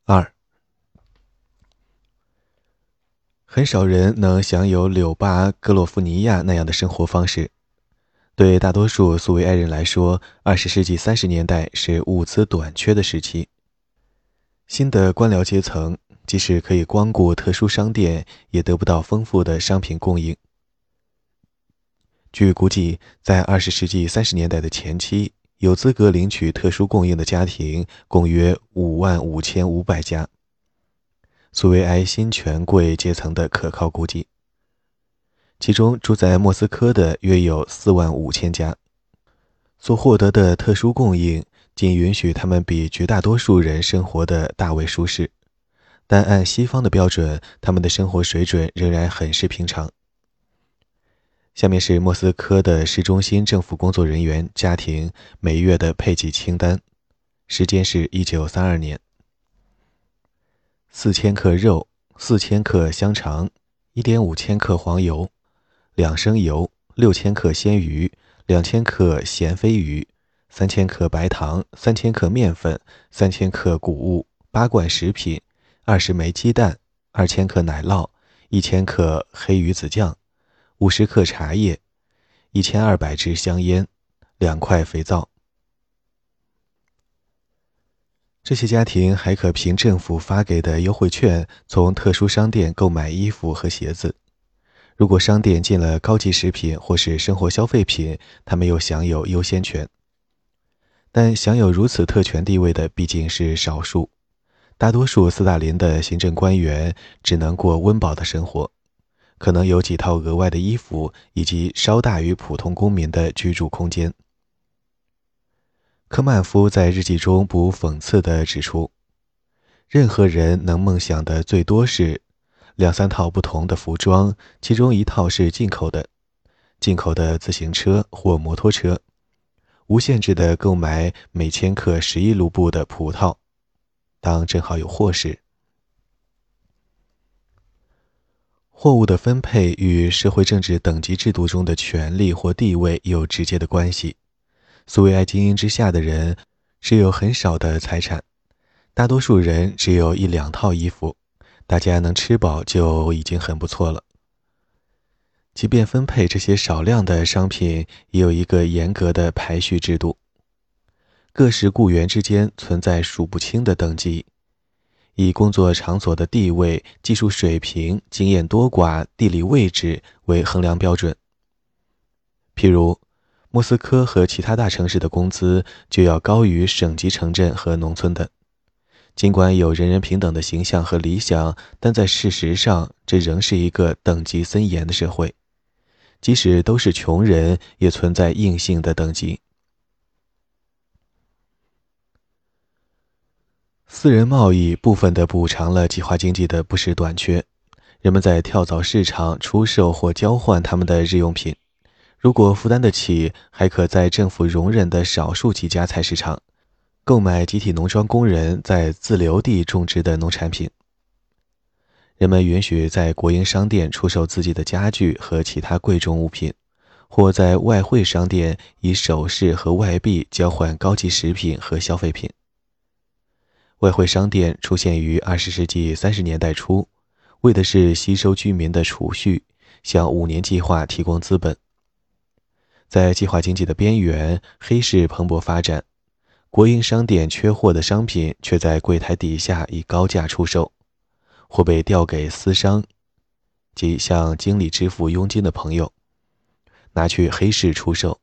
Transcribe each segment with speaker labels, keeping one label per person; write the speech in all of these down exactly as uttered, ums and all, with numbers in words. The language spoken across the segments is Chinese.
Speaker 1: 二，很少人能享有柳巴格洛夫尼亚那样的生活方式。对大多数苏维埃人来说，二十世纪三十年代是物资短缺的时期。新的官僚阶层即使可以光顾特殊商店，也得不到丰富的商品供应。据估计，在二十世纪三十年代的前期，有资格领取特殊供应的家庭共约五万五千五百家。苏维埃新权贵阶层的可靠估计，其中住在莫斯科的约有四万五千家，所获得的特殊供应仅允许他们比绝大多数人生活的大为舒适，但按西方的标准，他们的生活水准仍然很是平常。下面是莫斯科的市中心政府工作人员家庭每月的配给清单，时间是一九三二年。四千克肉，四千克香肠，一点五千克黄油，两升油，六千克鲜鱼，两千克咸飞鱼，三千克白糖，三千克面粉，三千克谷物，八罐食品，二十枚鸡蛋，二千克奶酪，一千克黑鱼子酱，五十克茶叶，一千二百支香烟，两块肥皂。这些家庭还可凭政府发给的优惠券从特殊商店购买衣服和鞋子。如果商店进了高级食品或是生活消费品，他们又享有优先权。但享有如此特权地位的毕竟是少数，大多数斯大林的行政官员只能过温饱的生活，可能有几套额外的衣服以及稍大于普通公民的居住空间。科曼夫在日记中不讽刺地指出，任何人能梦想的最多是两三套不同的服装，其中一套是进口的，进口的自行车或摩托车，无限制地购买每千克十一卢布的葡萄，当正好有货时。货物的分配与社会政治等级制度中的权力或地位有直接的关系。苏维埃精英之下的人只有很少的财产，大多数人只有一两套衣服，大家能吃饱就已经很不错了。即便分配这些少量的商品，也有一个严格的排序制度。各式雇员之间存在数不清的等级，以工作场所的地位、技术水平、经验多寡、地理位置为衡量标准。譬如莫斯科和其他大城市的工资就要高于省级城镇和农村的。尽管有人人平等的形象和理想，但在事实上，这仍是一个等级森严的社会。即使都是穷人，也存在硬性的等级。私人贸易部分地补偿了计划经济的不实短缺，人们在跳蚤市场出售或交换他们的日用品。如果负担得起，还可在政府容忍的少数几家菜市场购买集体农庄工人在自留地种植的农产品。人们允许在国营商店出售自己的家具和其他贵重物品，或在外汇商店以首饰和外币交换高级食品和消费品。外汇商店出现于二十世纪三十年代初，为的是吸收居民的储蓄，向五年计划提供资本。在计划经济的边缘，黑市蓬勃发展，国营商店缺货的商品却在柜台底下以高价出售，或被调给私商，即向经理支付佣金的朋友，拿去黑市出售。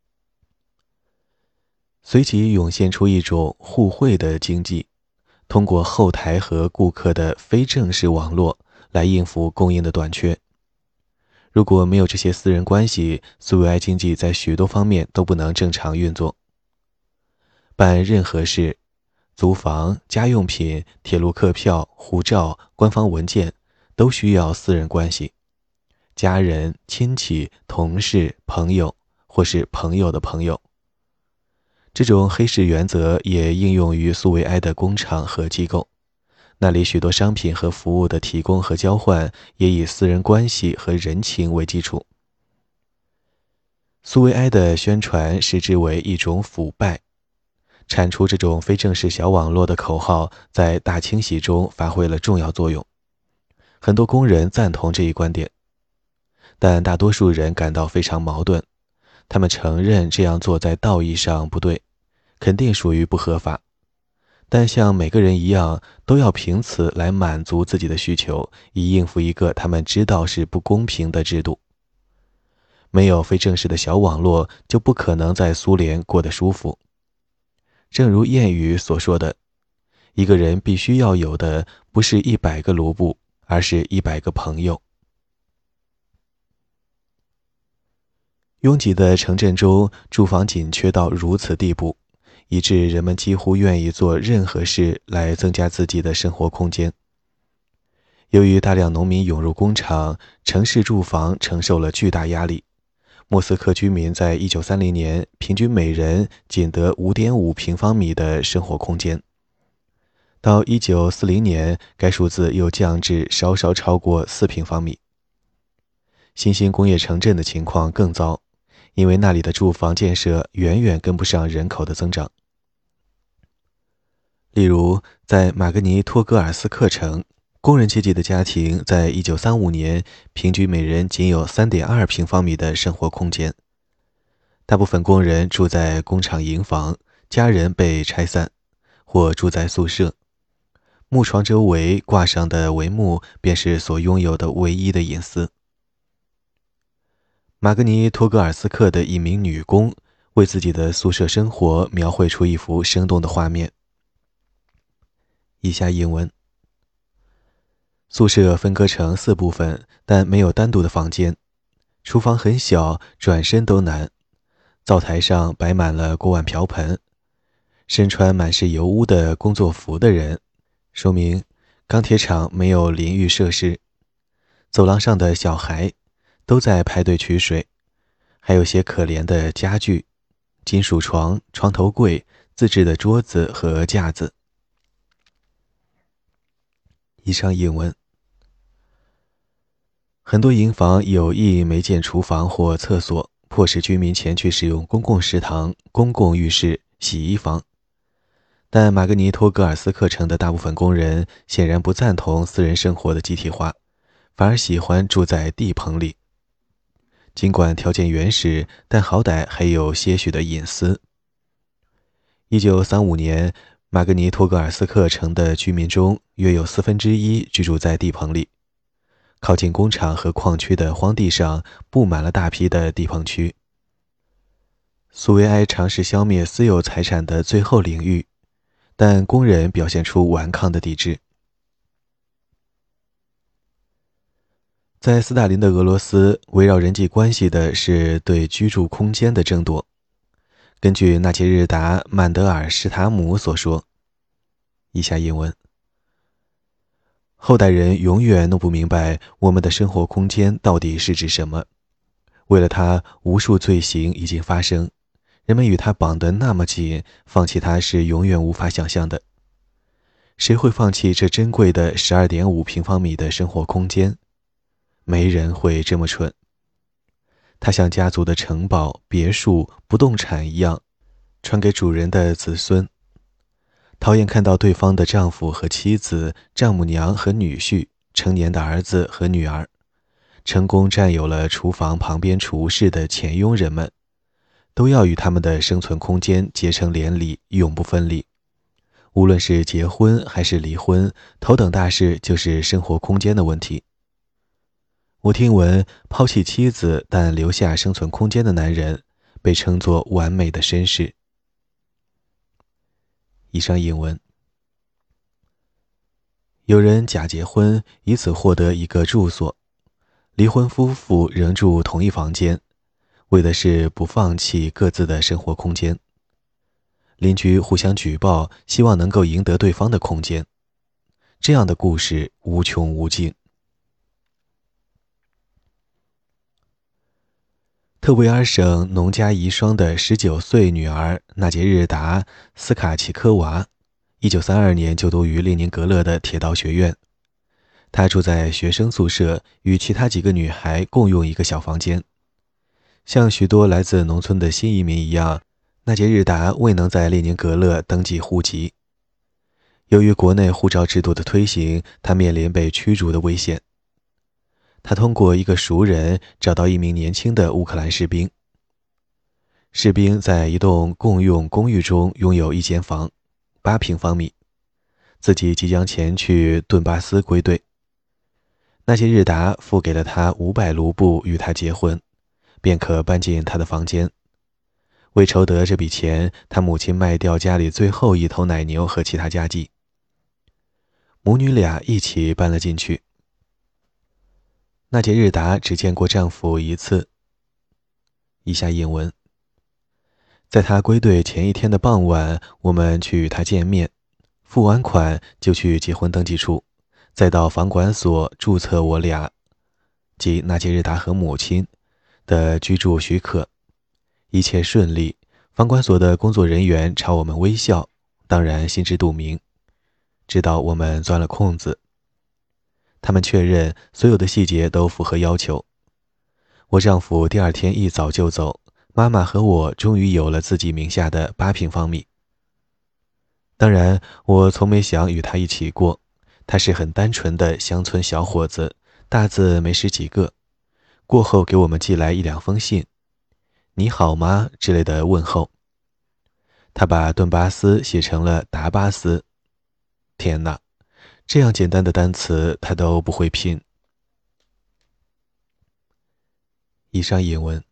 Speaker 1: 随即涌现出一种互惠的经济，通过后台和顾客的非正式网络来应付供应的短缺。如果没有这些私人关系，苏维埃经济在许多方面都不能正常运作。办任何事，租房、家用品、铁路客票、护照、官方文件，都需要私人关系。家人、亲戚、同事、朋友，或是朋友的朋友。这种黑市原则也应用于苏维埃的工厂和机构，那里许多商品和服务的提供和交换也以私人关系和人情为基础。苏维埃的宣传视之为一种腐败， 铲除这种非正式小网络的口号在大清洗中发挥了重要作用。很多工人赞同这一观点，但大多数人感到非常矛盾。他们承认这样做在道义上不对，肯定属于不合法，但像每个人一样，都要凭此来满足自己的需求，以应付一个他们知道是不公平的制度。没有非正式的小网络，就不可能在苏联过得舒服。正如谚语所说的，一个人必须要有的不是一百个卢布，而是一百个朋友。拥挤的城镇中，住房紧缺到如此地步，以致人们几乎愿意做任何事来增加自己的生活空间。由于大量农民涌入工厂，城市住房承受了巨大压力。莫斯科居民在一九三零年平均每人仅得 五点五平方米的生活空间。到一九四零年，该数字又降至稍稍超过四平方米。新兴工业城镇的情况更糟，因为那里的住房建设远远跟不上人口的增长。例如，在马格尼托戈尔斯克城，工人阶级的家庭在一九三五年平均每人仅有 三点二平方米的生活空间。大部分工人住在工厂营房，家人被拆散，或住在宿舍。木床周围挂上的帷幕便是所拥有的唯一的隐私。马格尼托戈尔斯克的一名女工为自己的宿舍生活描绘出一幅生动的画面。以下英文：宿舍分割成四部分，但没有单独的房间。厨房很小，转身都难。灶台上摆满了锅碗瓢盆。身穿满是油污的工作服的人，说明钢铁厂没有淋浴设施。走廊上的小孩都在排队取水，还有些可怜的家具，金属床、床头柜、自制的桌子和架子。以上英文。很多营房有意没建厨房或厕所，迫使居民前去使用公共食堂、公共浴室、洗衣房。但马格尼托戈尔斯克城的大部分工人显然不赞同私人生活的集体化，反而喜欢住在地棚里。尽管条件原始，但好歹还有些许的隐私。一九三五年，马格尼托戈尔斯克城的居民中约有四分之一居住在地棚里。靠近工厂和矿区的荒地上布满了大批的地棚区。苏维埃尝试消灭私有财产的最后领域，但工人表现出顽抗的抵制。在斯大林的俄罗斯，围绕人际关系的是对居住空间的争夺。根据纳切日达·曼德尔施塔姆所说，以下英文：后代人永远弄不明白我们的生活空间到底是指什么。为了它，无数罪行已经发生，人们与它绑得那么紧，放弃它是永远无法想象的。谁会放弃这珍贵的 十二点五平方米的生活空间？没人会这么蠢。它像家族的城堡、别墅、不动产一样，传给主人的子孙。讨厌看到对方的丈夫和妻子、丈母娘和女婿、成年的儿子和女儿，成功占有了厨房旁边厨室的前佣人们，都要与他们的生存空间结成连理，永不分离。无论是结婚还是离婚，头等大事就是生活空间的问题。我听闻抛弃妻子但留下生存空间的男人被称作完美的绅士。以上英文。有人假结婚，以此获得一个住所。离婚夫妇仍住同一房间，为的是不放弃各自的生活空间。邻居互相举报，希望能够赢得对方的空间。这样的故事无穷无尽。特维尔省农家遗孀的十九岁女儿纳杰日达·斯卡奇科娃，一九三二年就读于列宁格勒的铁道学院。她住在学生宿舍，与其他几个女孩共用一个小房间。像许多来自农村的新移民一样， 纳杰日达未能在列宁格勒登记户籍。由于国内护照制度的推行，他面临被驱逐的危险。他通过一个熟人找到一名年轻的乌克兰士兵。士兵在一栋共用公寓中拥有一间房，八平方米，自己即将前去顿巴斯归队。纳杰日达付给了他五百卢布与他结婚，便可搬进他的房间。为筹得这笔钱，他母亲卖掉家里最后一头奶牛和其他家计，母女俩一起搬了进去。纳杰日达只见过丈夫一次。以下引文：在他归队前一天的傍晚，我们去与他见面，付完款就去结婚登记处，再到房管所注册我俩，即纳杰日达和母亲的居住许可。一切顺利，房管所的工作人员朝我们微笑，当然心知肚明，知道我们钻了空子。他们确认所有的细节都符合要求。我丈夫第二天一早就走，妈妈和我终于有了自己名下的八平方米。当然，我从没想与他一起过。他是很单纯的乡村小伙子，大字没识几个。过后给我们寄来一两封信，你好吗之类的问候。他把顿巴斯写成了达巴斯。天哪，这样简单的单词他都不会拼。以上引文。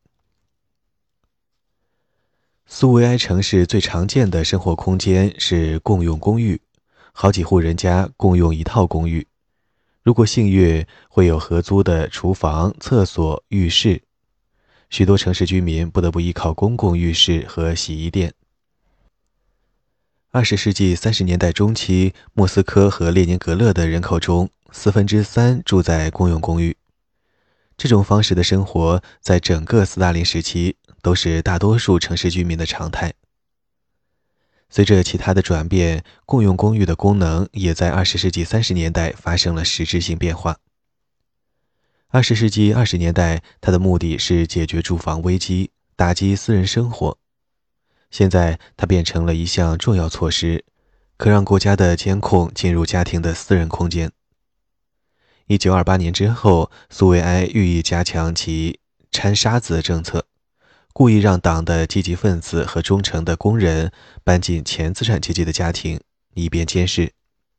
Speaker 1: 苏维埃城市最常见的生活空间是共用公寓，好几户人家共用一套公寓。如果幸运，会有合租的厨房、厕所、浴室。许多城市居民不得不依靠公共浴室和洗衣店。二十世纪三十年代中期，莫斯科和列宁格勒的人口中四分之三住在公用公寓。这种方式的生活在整个斯大林时期都是大多数城市居民的常态。随着其他的转变，共用公寓的功能也在二十世纪三十年代发生了实质性变化。二十世纪二十年代，它的目的是解决住房危机，打击私人生活。现在，它变成了一项重要措施，可让国家的监控进入家庭的私人空间。一九二八年之后，苏维埃寓意加强其掺沙子政策，故意让党的积极分子和忠诚的工人搬进前资产阶级的家庭，以便监视。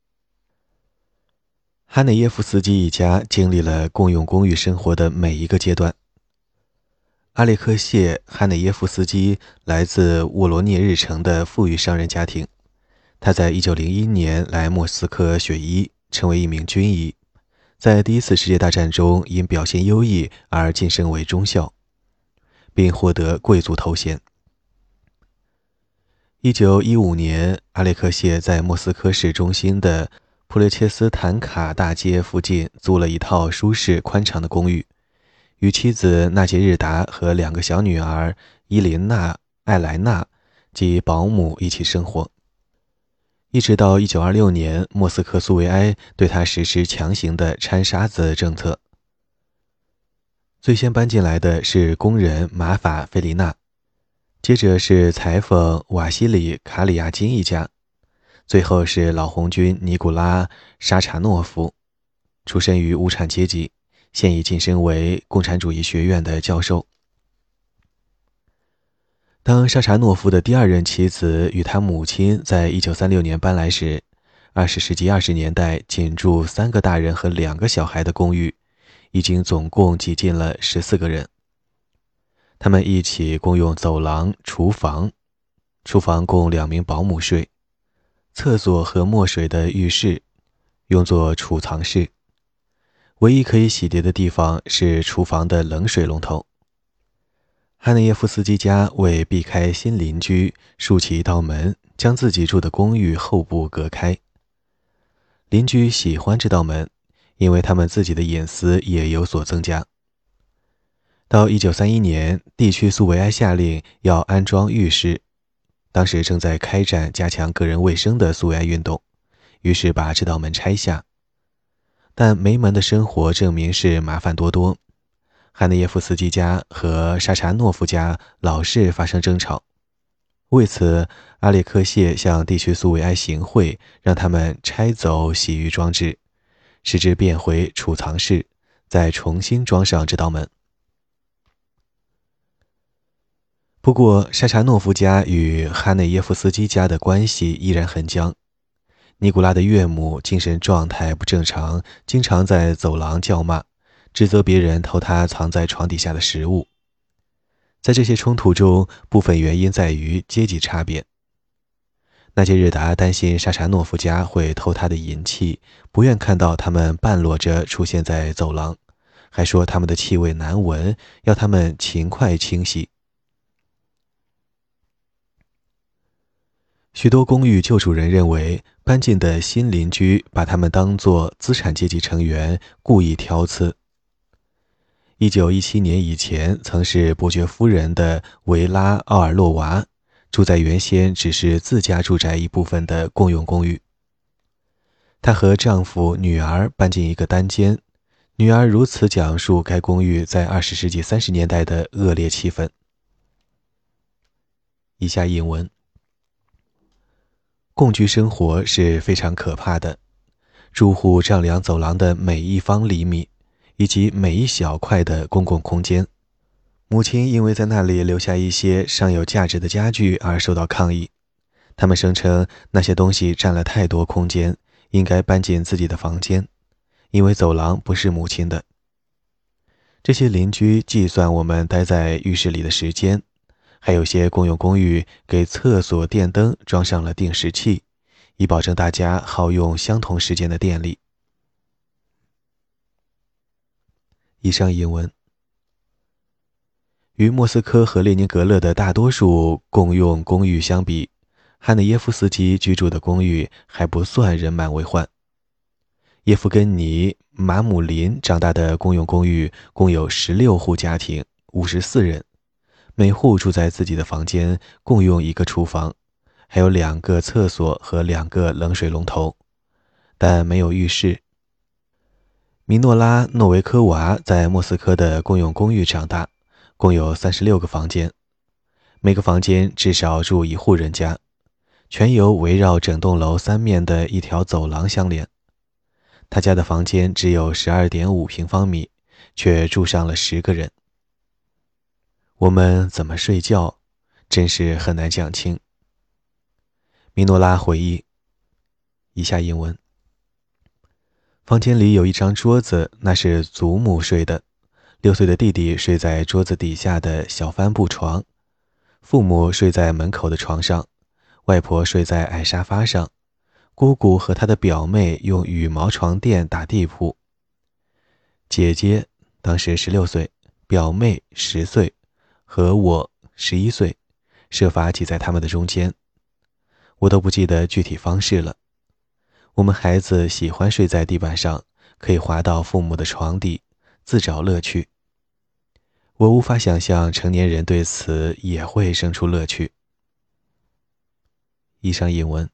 Speaker 1: 哈内耶夫斯基一家经历了共用公寓生活的每一个阶段。阿列克谢·哈内耶夫斯基来自沃罗涅日城的富裕商人家庭，他在一九零一年来莫斯科学医，成为一名军医。在第一次世界大战中因表现优异而晋升为中校，并获得贵族头衔。一九一五年，阿列克谢在莫斯科市中心的普列切斯坦卡大街附近租了一套舒适宽敞的公寓，与妻子纳杰日达和两个小女儿伊琳娜、艾莱娜及保姆一起生活。一直到一九二六年，莫斯科苏维埃对他实施强行的掺沙子政策。最先搬进来的是工人马法菲利娜，接着是裁缝瓦西里卡里亚金一家，最后是老红军尼古拉沙查诺夫，出身于无产阶级，现已晋升为共产主义学院的教授。当沙查诺夫的第二任妻子与他母亲在一九三六年搬来时，二十世纪二十年代仅住三个大人和两个小孩的公寓，已经总共挤进了十四个人。他们一起共用走廊、厨房，厨房供两名保姆睡，厕所和墨水的浴室用作储藏室，唯一可以洗涤的地方是厨房的冷水龙头。哈内耶夫斯基家为避开新邻居，竖起一道门，将自己住的公寓后部隔开。邻居喜欢这道门，因为他们自己的隐私也有所增加。到一九三一年，地区苏维埃下令要安装浴室，当时正在开展加强个人卫生的苏维埃运动，于是把这道门拆下。但没门的生活证明是麻烦多多。哈内耶夫斯基家和沙查诺夫家老是发生争吵。 为此，阿列克谢向地区苏维埃行贿，让他们拆走洗浴装置，使之变回储藏室，再重新装上这道门。不过，沙查诺夫家与哈内耶夫斯基家的关系依然很僵。尼古拉的岳母精神状态不正常，经常在走廊叫骂，指责别人偷他藏在床底下的食物。在这些冲突中，部分原因在于阶级差别。纳杰日达担心沙查诺夫家会偷他的银器，不愿看到他们半裸着出现在走廊，还说他们的气味难闻，要他们勤快清洗。许多公寓旧主人认为，搬进的新邻居把他们当作资产阶级成员，故意挑刺。一九一七年以前，曾是伯爵夫人的维拉奥尔洛娃住在原先只是自家住宅一部分的共用公寓。她和丈夫、女儿搬进一个单间，女儿如此讲述该公寓在二十世纪三十年代的恶劣气氛。以下引文。共居生活是非常可怕的，住户丈量走廊的每一方厘米，以及每一小块的公共空间。母亲因为在那里留下一些尚有价值的家具而受到抗议。他们声称那些东西占了太多空间，应该搬进自己的房间，因为走廊不是母亲的。这些邻居计算我们待在浴室里的时间，还有些公用公寓给厕所电灯装上了定时器，以保证大家好用相同时间的电力。以上引文。与莫斯科和列宁格勒的大多数共用公寓相比，哈内耶夫斯基居住的公寓还不算人满为患。叶夫根尼·马姆林长大的公用公寓共有十六户家庭，五十四人，每户住在自己的房间，共用一个厨房，还有两个厕所和两个冷水龙头，但没有浴室。米诺拉·诺维科娃在莫斯科的公用公寓长大，共有三十六个房间，每个房间至少住一户人家，全由围绕整栋楼三面的一条走廊相连。他家的房间只有 十二点五平方米，却住上了十个人。我们怎么睡觉，真是很难讲清。米诺拉回忆，以下引文。房间里有一张桌子，那是祖母睡的，六岁的弟弟睡在桌子底下的小帆布床，父母睡在门口的床上，外婆睡在矮沙发上，姑姑和她的表妹用羽毛床垫打地铺。姐姐当时十六岁，表妹十岁，和我十一岁，设法挤在他们的中间。我都不记得具体方式了。我们孩子喜欢睡在地板上，可以滑到父母的床底，自找乐趣。我无法想象成年人对此也会生出乐趣。以上引文。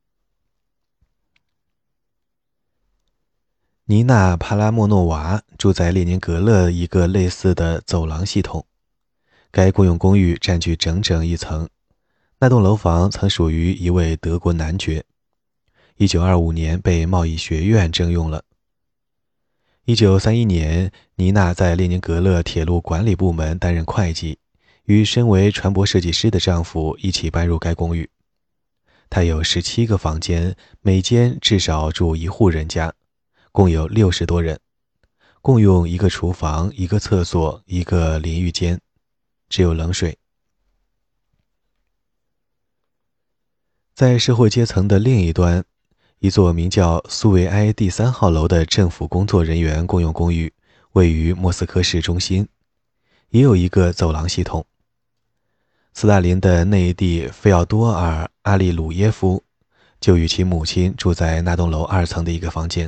Speaker 1: 尼娜·帕拉莫诺娃住在列宁格勒一个类似的走廊系统，该公用公寓占据整整一层。那栋楼房曾属于一位德国男爵，一九二五年被贸易学院征用了。一九三一年，妮娜在列宁格勒铁路管理部门担任会计，与身为船舶设计师的丈夫一起搬入该公寓。她有十七个房间，每间至少住一户人家，共有六十多人，共用一个厨房、一个厕所、一个淋浴间，只有冷水。在社会阶层的另一端，一座名叫苏维埃第三号楼的政府工作人员共用公寓位于莫斯科市中心，也有一个走廊系统。斯大林的内弟费奥多尔·阿利鲁耶夫就与其母亲住在那栋楼二层的一个房间。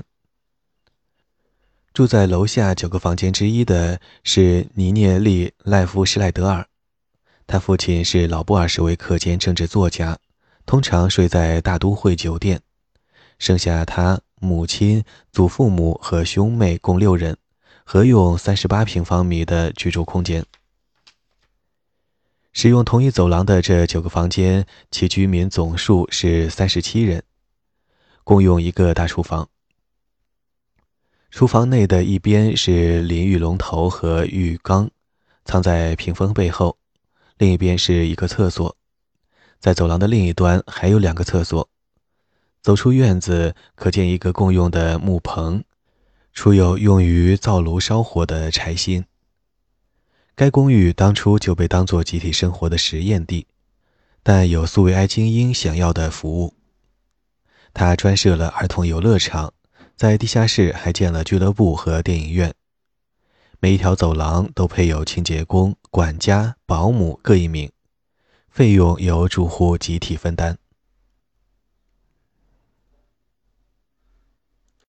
Speaker 1: 住在楼下九个房间之一的是尼涅利·赖夫施赖德尔，他父亲是老布尔什维克兼政治作家，通常睡在大都会酒店。剩下他、母亲、祖父母和兄妹共六人，合用三十八平方米的居住空间。 使用同一走廊的这九个房间，其居民总数是三十七人，共用一个大厨房。厨房内的一边是淋浴龙头和浴缸，藏在屏风背后，另一边是一个厕所。在走廊的另一端还有两个厕所。走出院子，可见一个共用的木棚，储有用于灶炉烧火的柴薪。该公寓当初就被当作集体生活的实验地，但有苏维埃精英想要的服务。他专设了儿童游乐场，在地下室还建了俱乐部和电影院。每一条走廊都配有清洁工、管家、保姆各一名，费用由住户集体分担。